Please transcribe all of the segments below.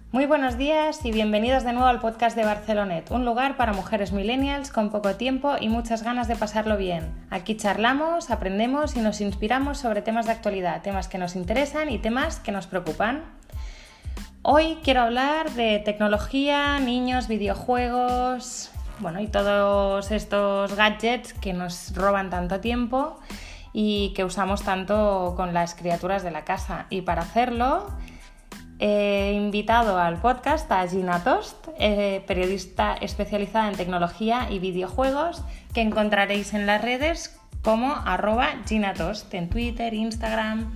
Muy buenos días y bienvenidos de nuevo al podcast de Barcelonet, un lugar para mujeres millennials con poco tiempo y muchas ganas de pasarlo bien. Aquí charlamos, aprendemos y nos inspiramos sobre temas de actualidad, temas que nos interesan y temas que nos preocupan. Hoy quiero hablar de tecnología, niños, videojuegos, y todos estos gadgets que nos roban tanto tiempo y que usamos tanto con las criaturas de la casa. Y para hacerlo he invitado al podcast a Gina Tost, periodista especializada en tecnología y videojuegos, que encontraréis en las redes como @GinaTost, en Twitter, Instagram.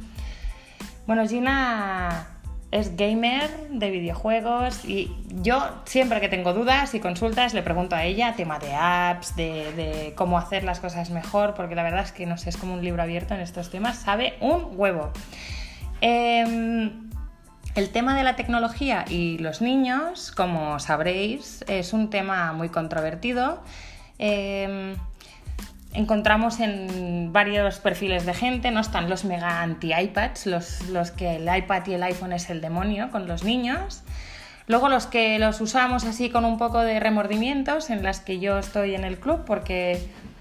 Gina es gamer de videojuegos y yo siempre que tengo dudas y consultas le pregunto a ella tema de apps, de cómo hacer las cosas mejor, porque la verdad es que no sé, es como un libro abierto en estos temas, sabe un huevo. El tema de la tecnología y los niños, como sabréis, es un tema muy controvertido. Encontramos en varios perfiles de gente, ¿no? Están los mega anti-iPads, los que el iPad y el iPhone es el demonio con los niños. Luego los que los usamos así con un poco de remordimientos, en las que yo estoy en el club, porque,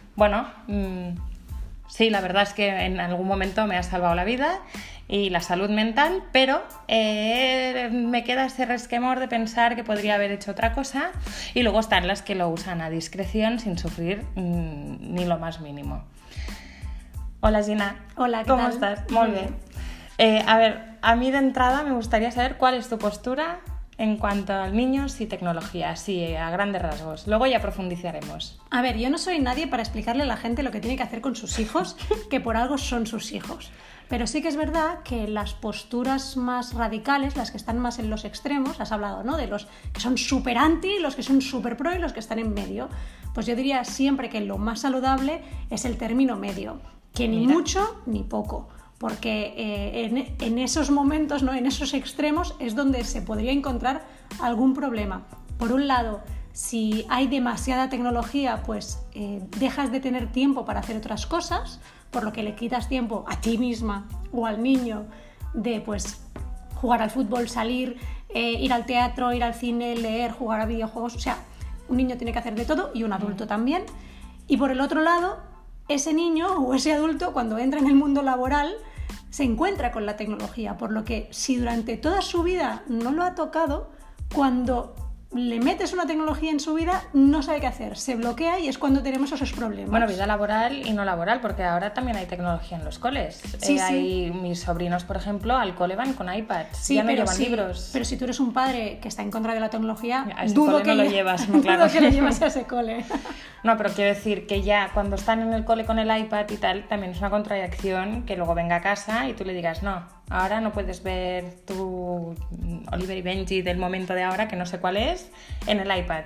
sí, la verdad es que en algún momento me ha salvado la vida y la salud mental, pero me queda ese resquemor de pensar que podría haber hecho otra cosa. Y luego están las que lo usan a discreción sin sufrir ni lo más mínimo. Hola Gina. Hola, ¿qué ¿Cómo tal? estás? Muy bien. A mí de entrada me gustaría saber cuál es tu postura en cuanto a niños y tecnología, así a grandes rasgos. Luego ya profundizaremos. A ver, yo no soy nadie para explicarle a la gente lo que tiene que hacer con sus hijos, que por algo son sus hijos. Pero sí que es verdad que las posturas más radicales, las que están más en los extremos, has hablado, ¿no?, de los que son súper anti, los que son súper pro y los que están en medio. Pues yo diría siempre que lo más saludable es el término medio, que ni mucho ni poco. Porque en esos momentos, ¿no?, en esos extremos es donde se podría encontrar algún problema. Por un lado, si hay demasiada tecnología, pues dejas de tener tiempo para hacer otras cosas, por lo que le quitas tiempo a ti misma o al niño de pues jugar al fútbol, salir, ir al teatro, ir al cine, leer, jugar a videojuegos. O sea, un niño tiene que hacer de todo y un adulto también. Y por el otro lado, ese niño o ese adulto, cuando entra en el mundo laboral, se encuentra con la tecnología, por lo que si durante toda su vida no lo ha tocado, cuando le metes una tecnología en su vida, no sabe qué hacer, se bloquea y es cuando tenemos esos problemas. Vida laboral y no laboral, porque ahora también hay tecnología en los coles. Sí. Mis sobrinos, por ejemplo, al cole van con iPads, ya no llevan libros. Pero si tú eres un padre que está en contra de la tecnología, a ese dudo cole que no lo llevas, no, claro. Dudo que lo llevas a ese cole. No, pero quiero decir que ya cuando están en el cole con el iPad y tal, también es una contradicción que luego venga a casa y tú le digas, no, ahora no puedes ver tu Oliver y Benji del momento de ahora, que no sé cuál es, en el iPad.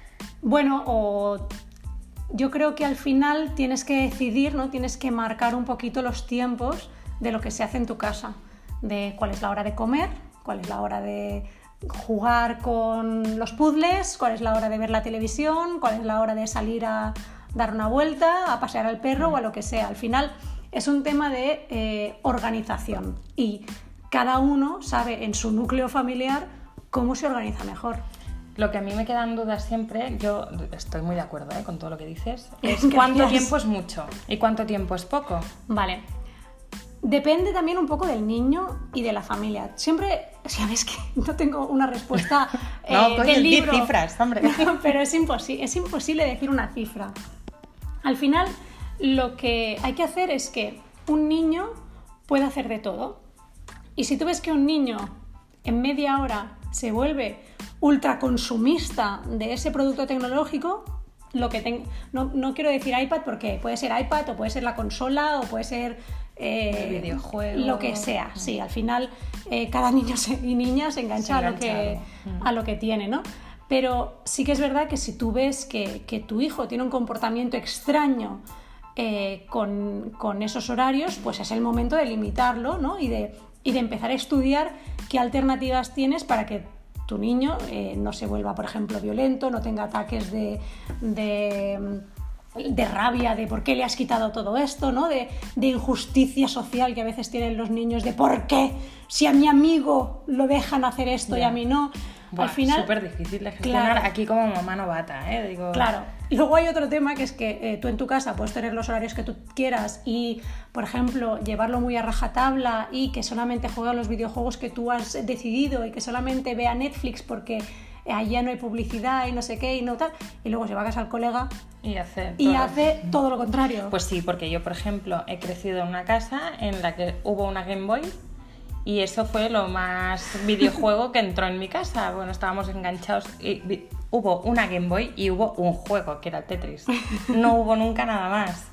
O yo creo que al final tienes que decidir, ¿no? Tienes que marcar un poquito los tiempos de lo que se hace en tu casa, de cuál es la hora de comer, cuál es la hora de jugar con los puzzles, cuál es la hora de ver la televisión, cuál es la hora de salir a dar una vuelta, a pasear al perro o a lo que sea. Al final es un tema de organización y cada uno sabe en su núcleo familiar cómo se organiza mejor. Lo que a mí me quedan dudas siempre, yo estoy muy de acuerdo con todo lo que dices, es cuánto tiempo es mucho y cuánto tiempo es poco. Vale. Depende también un poco del niño y de la familia. Siempre, sabes que no tengo una respuesta del libro. 10 cifras, hombre. No, pero es imposible decir una cifra. Al final, lo que hay que hacer es que un niño pueda hacer de todo. Y si tú ves que un niño en media hora se vuelve ultraconsumista de ese producto tecnológico, no quiero decir iPad porque puede ser iPad o puede ser la consola o puede ser el videojuego, lo que sea. Sí, al final cada niño y niña se engancha a lo que tiene, ¿no? Pero sí que es verdad que si tú ves que tu hijo tiene un comportamiento extraño con esos horarios, pues es el momento de limitarlo, ¿no? Y de empezar a estudiar qué alternativas tienes para que tu niño no se vuelva, por ejemplo, violento, no tenga ataques de de rabia de por qué le has quitado todo esto, ¿no? De injusticia social que a veces tienen los niños, de por qué, si a mi amigo lo dejan hacer esto y a mí no. Buah, al final, súper difícil de gestionar, claro, aquí como mamá novata, ¿eh? Digo... Claro. Y luego hay otro tema que es que tú en tu casa puedes tener los horarios que tú quieras y, por ejemplo, llevarlo muy a rajatabla y que solamente juegue a los videojuegos que tú has decidido y que solamente vea Netflix porque allá no hay publicidad y no sé qué y no tal, y luego se va a casa al colega y hace todo lo contrario. Pues sí, porque yo, por ejemplo, he crecido en una casa en la que hubo una Game Boy y eso fue lo más videojuego que entró en mi casa. Bueno, estábamos enganchados y hubo una Game Boy y hubo un juego que era el Tetris. No hubo nunca nada más.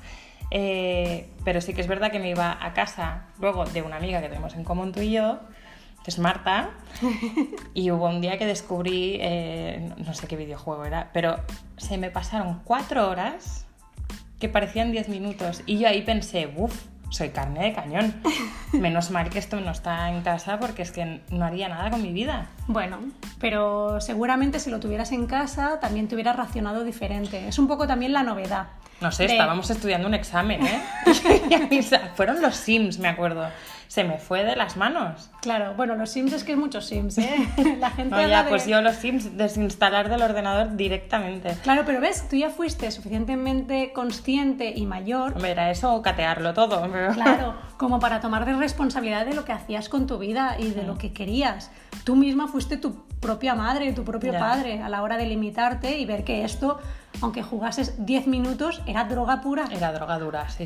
Pero sí que es verdad que me iba a casa luego de una amiga que tenemos en común tú y yo, que es Marta, y hubo un día que descubrí, no sé qué videojuego era, pero se me pasaron 4 horas que parecían 10 minutos y yo ahí pensé, soy carne de cañón. Menos mal que esto no está en casa porque es que no haría nada con mi vida. Bueno, pero seguramente si lo tuvieras en casa también te hubieras racionado diferente. Es un poco también la novedad. No sé, estábamos estudiando un examen, ¿eh? Fueron los Sims, me acuerdo. Se me fue de las manos. Claro, bueno, los Sims es que es muchos Sims, ¿eh? La gente no, ya, pues yo los Sims desinstalar del ordenador directamente. Claro, pero ves, tú ya fuiste suficientemente consciente y mayor. Hombre, era eso o catearlo todo. Pero... Claro, como para tomar responsabilidad de lo que hacías con tu vida y de lo que querías. Tú misma fuiste tu propia madre y tu propio padre a la hora de limitarte y ver que esto, aunque jugases 10 minutos, era droga pura. Era droga dura, sí.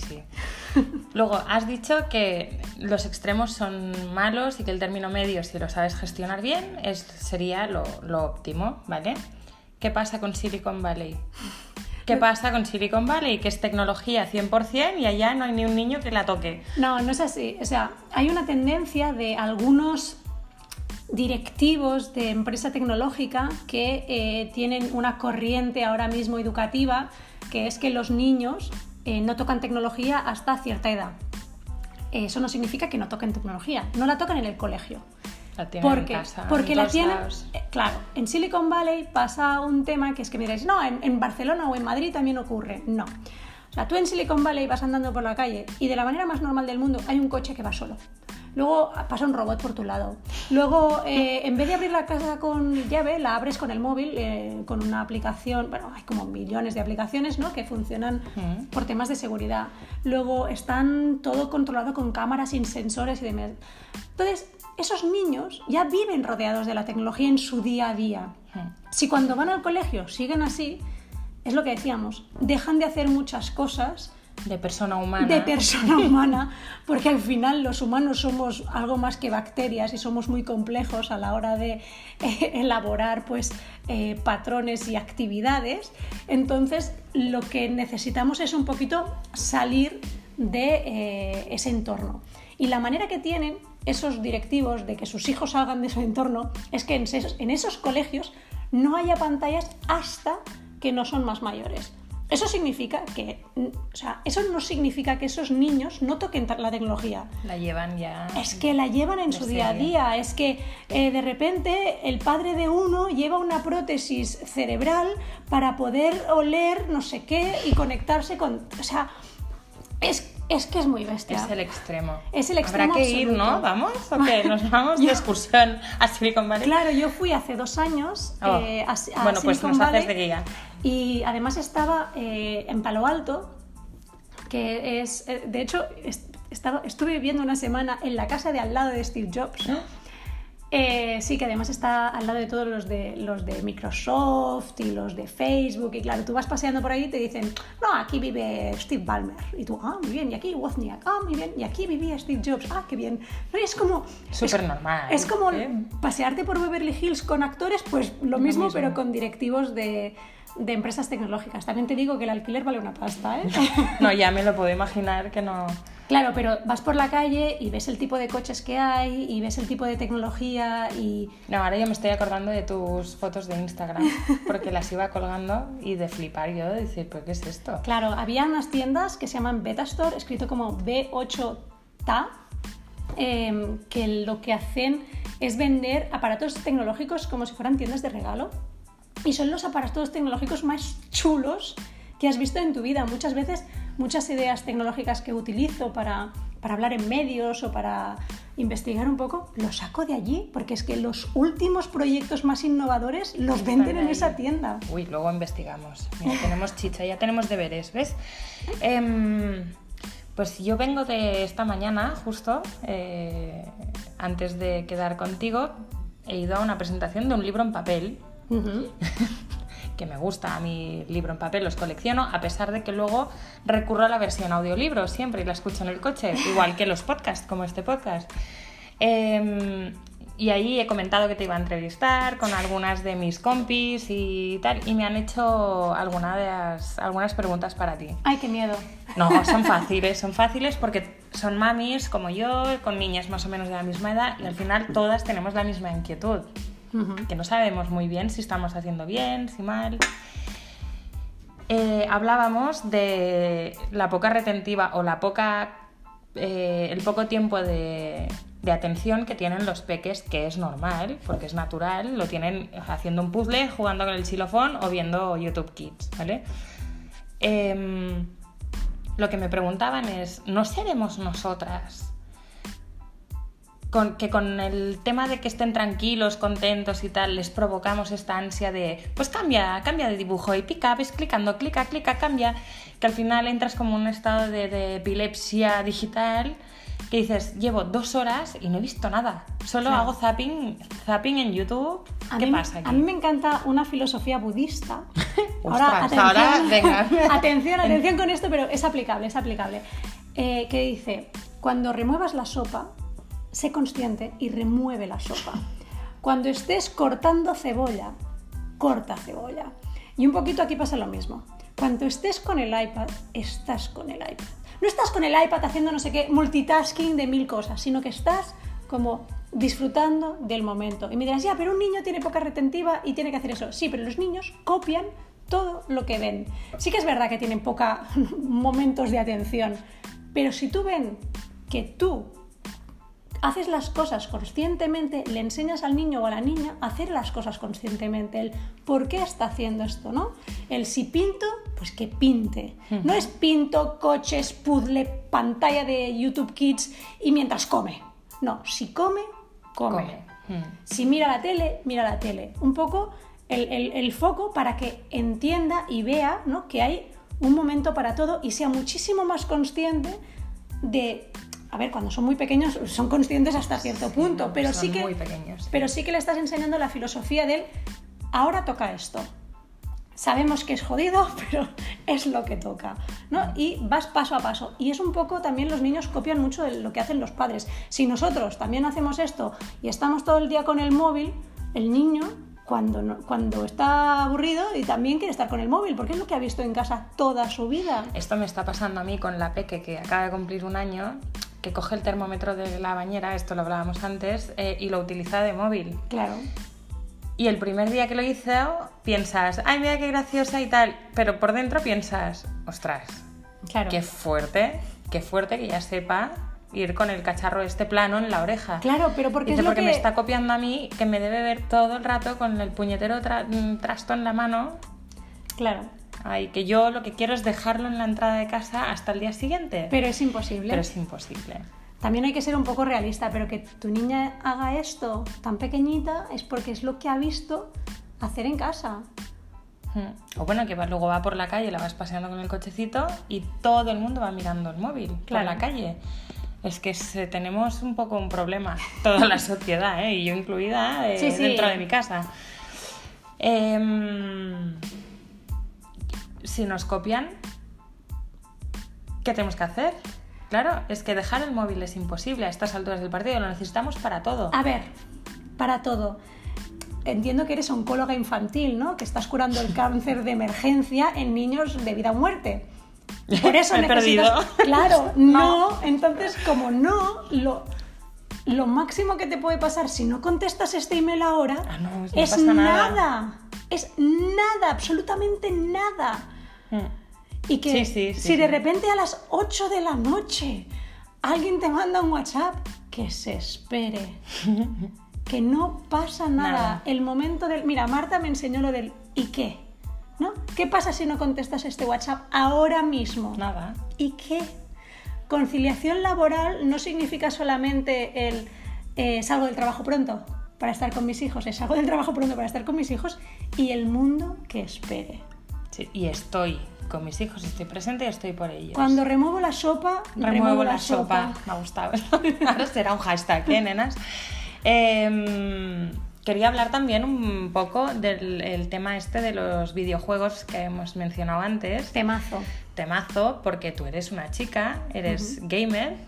Luego, has dicho que los extremos son malos y que el término medio, si lo sabes gestionar bien, sería lo óptimo, ¿vale? ¿Qué pasa con Silicon Valley? ¿Qué pasa con Silicon Valley? Que es tecnología 100% y allá no hay ni un niño que la toque. No es así. O sea, hay una tendencia de algunos directivos de empresa tecnológica que tienen una corriente ahora mismo educativa, que es que los niños no tocan tecnología hasta cierta edad. Eso no significa que no toquen tecnología, no la tocan en el colegio. La tienen en casa. Porque en la tienen. Lados. Claro, en Silicon Valley pasa un tema que es que me diréis, no, en Barcelona o en Madrid también ocurre. No. O sea, tú en Silicon Valley vas andando por la calle y de la manera más normal del mundo hay un coche que va solo. Luego pasa un robot por tu lado. Luego, en vez de abrir la casa con llave, la abres con el móvil, con una aplicación. Bueno, hay como millones de aplicaciones, ¿no?, que funcionan por temas de seguridad. Luego están todo controlado con cámaras sin sensores y demás. Entonces, esos niños ya viven rodeados de la tecnología en su día a día. Si cuando van al colegio siguen así, es lo que decíamos, dejan de hacer muchas cosas de persona humana, porque al final los humanos somos algo más que bacterias y somos muy complejos a la hora de elaborar patrones y actividades. Entonces lo que necesitamos es un poquito salir de ese entorno, y la manera que tienen esos directivos de que sus hijos salgan de ese entorno es que en esos colegios no haya pantallas hasta que no son más mayores. Eso significa que, eso no significa que esos niños no toquen la tecnología. La llevan ya. Es que la llevan en su día a día. Es que de repente el padre de uno lleva una prótesis cerebral para poder oler no sé qué y conectarse con... O sea, es que es muy bestia. Es el extremo. Es el extremo Habrá que absoluto. ir, ¿no? ¿Vamos? ¿O qué? ¿Nos vamos de excursión a Silicon Valley? Claro, yo fui hace 2 años a bueno, Silicon pues nos Valley, haces de guía. Y además estaba en Palo Alto, que es... de hecho, estuve viviendo una semana en la casa de al lado de Steve Jobs. Sí, que además está al lado de todos los de Microsoft y los de Facebook, y claro, tú vas paseando por ahí y te dicen, no, aquí vive Steve Ballmer, y tú, muy bien, y aquí Wozniak, muy bien, y aquí vivía Steve Jobs, qué bien. No, es como... Súper normal. Es como pasearte por Beverly Hills con actores, pues lo mismo, pero con directivos de empresas tecnológicas. También te digo que el alquiler vale una pasta, ¿eh? No, ya me lo puedo imaginar que no... Claro, pero vas por la calle y ves el tipo de coches que hay y ves el tipo de tecnología y... No, ahora yo me estoy acordando de tus fotos de Instagram, porque las iba colgando y de flipar yo, de decir, ¿pero qué es esto? Claro, había unas tiendas que se llaman Beta Store, escrito como B8TA, que lo que hacen es vender aparatos tecnológicos como si fueran tiendas de regalo. Y son los aparatos tecnológicos más chulos que has visto en tu vida. Muchas veces, muchas ideas tecnológicas que utilizo para hablar en medios o para investigar un poco, los saco de allí, porque es que los últimos proyectos más innovadores los venden en esa tienda. Uy, luego investigamos. Mira, tenemos chicha, ya tenemos deberes, ¿ves? Pues yo vengo de esta mañana, justo, antes de quedar contigo, he ido a una presentación de un libro en papel. Uh-huh. Que me gusta a mí, libro en papel, los colecciono, a pesar de que luego recurro a la versión audiolibro siempre y la escucho en el coche, igual que los podcasts, como este podcast. Y ahí he comentado que te iba a entrevistar con algunas de mis compis y tal, y me han hecho algunas preguntas para ti. ¡Ay, qué miedo! No, son fáciles porque son mamis como yo, con niñas más o menos de la misma edad, y al final todas tenemos la misma inquietud. Que no sabemos muy bien si estamos haciendo bien, si mal. Hablábamos de la poca retentiva o el poco tiempo de atención que tienen los peques, que es normal, porque es natural, lo tienen haciendo un puzzle, jugando con el xilofón o viendo YouTube Kids, ¿vale? Lo que me preguntaban es, ¿no seremos nosotras que con el tema de que estén tranquilos, contentos y tal, les provocamos esta ansia de pues cambia de dibujo y pica, ves clicando, clica, cambia, que al final entras como en un estado de epilepsia digital, que dices, llevo 2 horas y no he visto nada, solo hago zapping en YouTube. ¿Qué pasa aquí? A mí me encanta una filosofía budista. Ahora, venga. Atención con esto, pero es aplicable. Que dice, cuando remuevas la sopa, sé consciente y remueve la sopa. Cuando estés cortando cebolla, corta cebolla. Y un poquito aquí pasa lo mismo. Cuando estés con el iPad, estás con el iPad. No estás con el iPad haciendo no sé qué, multitasking de 1000 cosas, sino que estás como disfrutando del momento. Y me dirás, pero un niño tiene poca retentiva y tiene que hacer eso. Sí, pero los niños copian todo lo que ven. Sí que es verdad que tienen poca momentos de atención, pero si tú ven que tú haces las cosas conscientemente, le enseñas al niño o a la niña a hacer las cosas conscientemente, el por qué está haciendo esto, ¿no? El si pinto, pues que pinte. Uh-huh. No es pinto, coches, puzzle, pantalla de YouTube Kids y mientras come. No, si come. Si mira la tele. Un poco el foco para que entienda y vea, ¿no?, que hay un momento para todo y sea muchísimo más consciente de... A ver, cuando son muy pequeños son conscientes hasta cierto punto, pero sí que le estás enseñando la filosofía del ahora toca esto. Sabemos que es jodido, pero es lo que toca, ¿no? Y vas paso a paso. Y es un poco también, los niños copian mucho de lo que hacen los padres. Si nosotros también hacemos esto y estamos todo el día con el móvil, el niño cuando está aburrido y también quiere estar con el móvil, porque es lo que ha visto en casa toda su vida. Esto me está pasando a mí con la peque, que acaba de cumplir 1 año, que coge el termómetro de la bañera, esto lo hablábamos antes, y lo utiliza de móvil. Claro. Y el primer día que lo hizo, piensas, ay, mira qué graciosa y tal, pero por dentro piensas, ostras, claro, qué fuerte que ya sepa ir con el cacharro plano en la oreja. Claro, pero porque dice, es lo porque que... me está copiando a mí, que me debe ver todo el rato con el puñetero trasto en la mano. Claro. Ay, que yo lo que quiero es dejarlo en la entrada de casa hasta el día siguiente. Pero es imposible. También hay que ser un poco realista, pero que tu niña haga esto tan pequeñita es porque es lo que ha visto hacer en casa. O bueno, que luego va por la calle, la vas paseando con el cochecito y todo el mundo va mirando el móvil por la calle. Es que tenemos un poco un problema, toda la sociedad, y yo incluida dentro de mi casa. Si nos copian, ¿qué tenemos que hacer? Claro, es que dejar el móvil es imposible a estas alturas del partido, lo necesitamos para todo. A ver, para todo. Entiendo que eres oncóloga infantil, ¿no? Que estás curando el cáncer de emergencia en niños de vida o muerte. Por eso necesitas... perdido. Claro, no. Entonces, como no, lo máximo que te puede pasar si no contestas este email ahora es nada. Es nada, absolutamente nada. Y que si de repente a las 8 de la noche alguien te manda un WhatsApp, que se espere. Que no pasa nada. El momento del... Mira, Marta me enseñó lo del ¿y qué? ¿no? ¿Qué pasa si no contestas este WhatsApp ahora mismo? Nada. ¿Y qué? Conciliación laboral no significa solamente el salgo del trabajo pronto para estar con mis hijos, salgo del trabajo pronto para estar con mis hijos y el mundo que espere. Sí, y estoy con mis hijos, estoy presente y estoy por ellos. Cuando remuevo la sopa, remuevo la sopa. Me ha gustado. Ahora será un hashtag, nenas? Quería hablar también un poco del tema este de los videojuegos que hemos mencionado antes. Temazo, porque tú eres una chica, eres gamer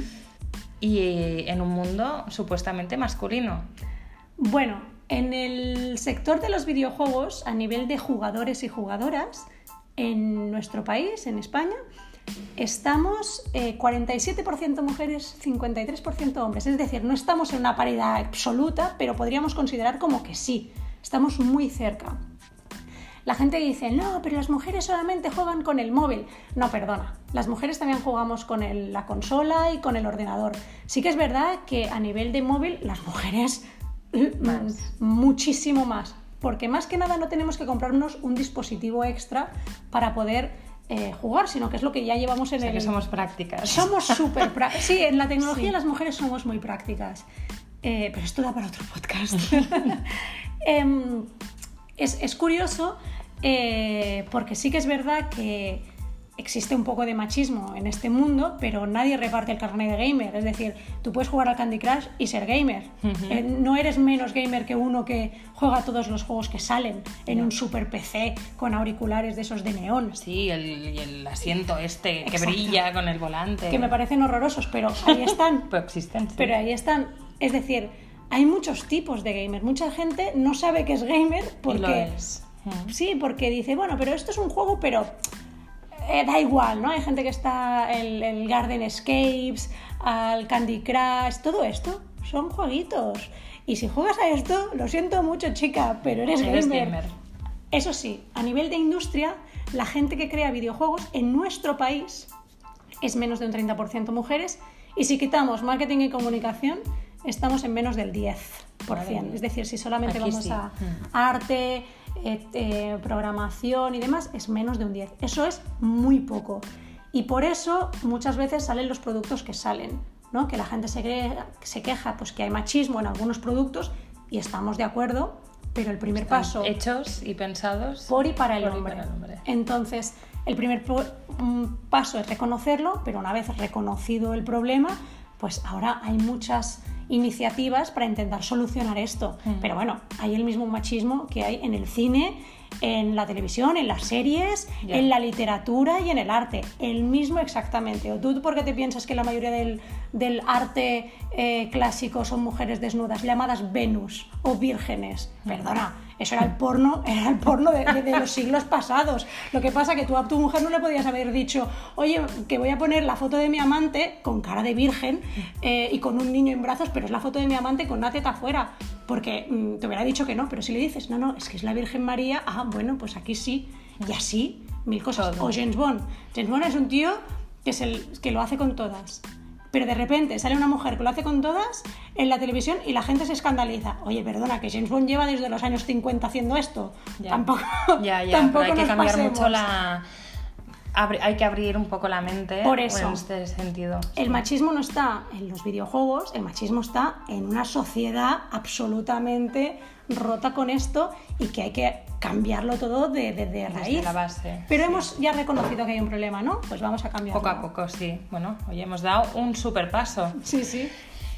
y en un mundo supuestamente masculino. Bueno, en el sector de los videojuegos, a nivel de jugadores y jugadoras, en nuestro país, en España, estamos 47% mujeres, 53% hombres. Es decir, no estamos en una paridad absoluta, pero podríamos considerar como que sí, estamos muy cerca. La gente dice, no, pero las mujeres solamente juegan con el móvil. No, perdona, las mujeres también jugamos con la consola y con el ordenador. Sí que es verdad que a nivel de móvil las mujeres muchísimo más, porque más que nada no tenemos que comprarnos un dispositivo extra para poder jugar, sino que es lo que ya llevamos en que somos prácticas. Somos súper prácticas. Sí, en la tecnología las mujeres somos muy prácticas. Pero esto da para otro podcast. Es curioso porque sí que es verdad que existe un poco de machismo en este mundo, pero nadie reparte el carnet de gamer. Es decir, tú puedes jugar al Candy Crush y ser gamer. No eres menos gamer que uno que juega todos los juegos que salen en un super PC con auriculares de esos de neón. Sí, el asiento este que brilla con el volante. Que me parecen horrorosos, pero ahí están. Pero existen, sí. Pero ahí están. Es decir, hay muchos tipos de gamer. Mucha gente no sabe que es gamer porque... Y lo es. Sí, porque dice, bueno, pero esto es un juego, pero... da igual, ¿no? Hay gente que está el Garden Escapes, al Candy Crush, todo esto son jueguitos. Y si juegas a esto, lo siento mucho, chica, pero eres gamer. Eso sí, a nivel de industria, la gente que crea videojuegos en nuestro país es menos de un 30% mujeres, y si quitamos marketing y comunicación, estamos en menos del 10%. Es decir, si solamente aquí vamos sí. a arte, programación y demás, es menos de un 10%. Eso es muy poco. Y por eso muchas veces salen los productos que salen, ¿no? Que la gente se queja pues, que hay machismo en algunos productos, y estamos de acuerdo, pero el primer paso... hechos y pensados por y para el hombre. Entonces, el primer paso es reconocerlo, pero una vez reconocido el problema, pues ahora hay muchas iniciativas para intentar solucionar esto. Pero bueno, hay el mismo machismo que hay en el cine, en la televisión, en las series, en la literatura y en el arte. El mismo exactamente. ¿O tú por qué te piensas que la mayoría del arte clásico son mujeres desnudas, llamadas Venus o vírgenes? Perdona, eso era el porno de los siglos pasados. Lo que pasa es que tú a tu mujer no le podías haber dicho, oye, que voy a poner la foto de mi amante con cara de virgen y con un niño en brazos, pero es la foto de mi amante con una teta afuera. Porque te hubiera dicho que no, pero si le dices, no, es que es la Virgen María, bueno, pues aquí sí. Y así, mil cosas. Todo. O James Bond. James Bond es un tío que lo hace con todas. Pero de repente sale una mujer que lo hace con todas en la televisión y la gente se escandaliza. Oye, perdona, que James Bond lleva desde los años 50 haciendo esto. Tampoco pero hay que cambiar pasemos. mucho hay que abrir un poco la mente. Por eso, en este sentido. El machismo no está en los videojuegos, el machismo está en una sociedad absolutamente rota con esto y que hay que cambiarlo todo de raíz. Desde la base. Pero hemos ya reconocido que hay un problema, ¿no? Pues vamos a cambiarlo. Poco a poco, sí. Bueno, oye, hemos dado un super paso. Sí.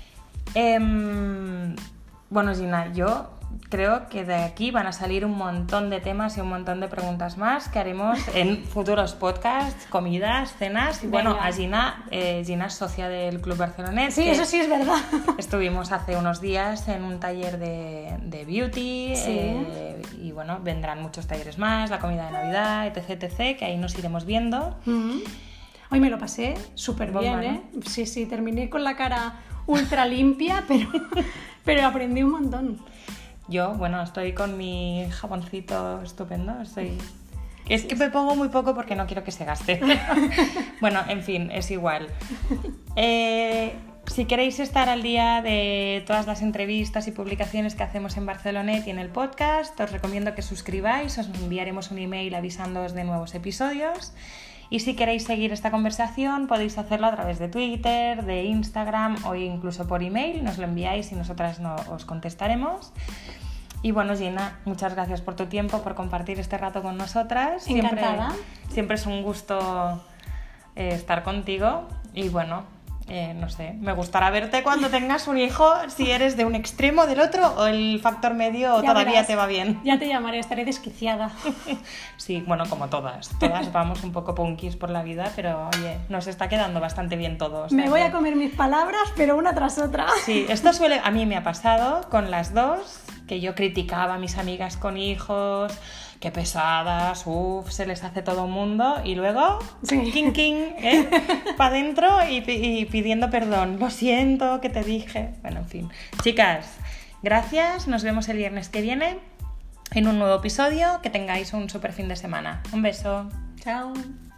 Bueno, Gina, yo creo que de aquí van a salir un montón de temas y un montón de preguntas más que haremos en futuros podcasts, comidas, cenas. Y bueno, a Gina es socia del Club Barcelonet. Sí, eso sí es verdad. Estuvimos hace unos días en un taller de beauty. Sí. Y bueno, vendrán muchos talleres más, la comida de Navidad, etc, que ahí nos iremos viendo. Hoy me lo pasé súper bien, ¿eh? ¿No? Sí, terminé con la cara ultra limpia, pero aprendí un montón. Yo, bueno, estoy con mi jaboncito estupendo. Es que me pongo muy poco porque no quiero que se gaste. Bueno, en fin, es igual. Si queréis estar al día de todas las entrevistas y publicaciones que hacemos en Barcelonet y en el podcast, os recomiendo que suscribáis, os enviaremos un email avisándoos de nuevos episodios. Y si queréis seguir esta conversación, podéis hacerlo a través de Twitter, de Instagram o incluso por email. Nos lo enviáis y nosotras os contestaremos. Y bueno, Gina, muchas gracias por tu tiempo, por compartir este rato con nosotras. Encantada. Siempre es un gusto estar contigo y bueno, no sé, me gustará verte cuando tengas un hijo, si eres de un extremo, del otro o el factor medio Ya todavía verás. te va bien. Ya te llamaré, estaré desquiciada. Sí, bueno, como todas vamos un poco punkis por la vida, pero oye, nos está quedando bastante bien todo. O sea Me voy que- a comer mis palabras, pero una tras otra. Sí, a mí me ha pasado con las dos, que yo criticaba a mis amigas con hijos, qué pesadas, se les hace todo un mundo, y luego, Sí. king, para adentro y pidiendo perdón. Lo siento, que te dije. Bueno, en fin. Chicas, gracias, nos vemos el viernes que viene en un nuevo episodio, que tengáis un súper fin de semana. Un beso. Chao.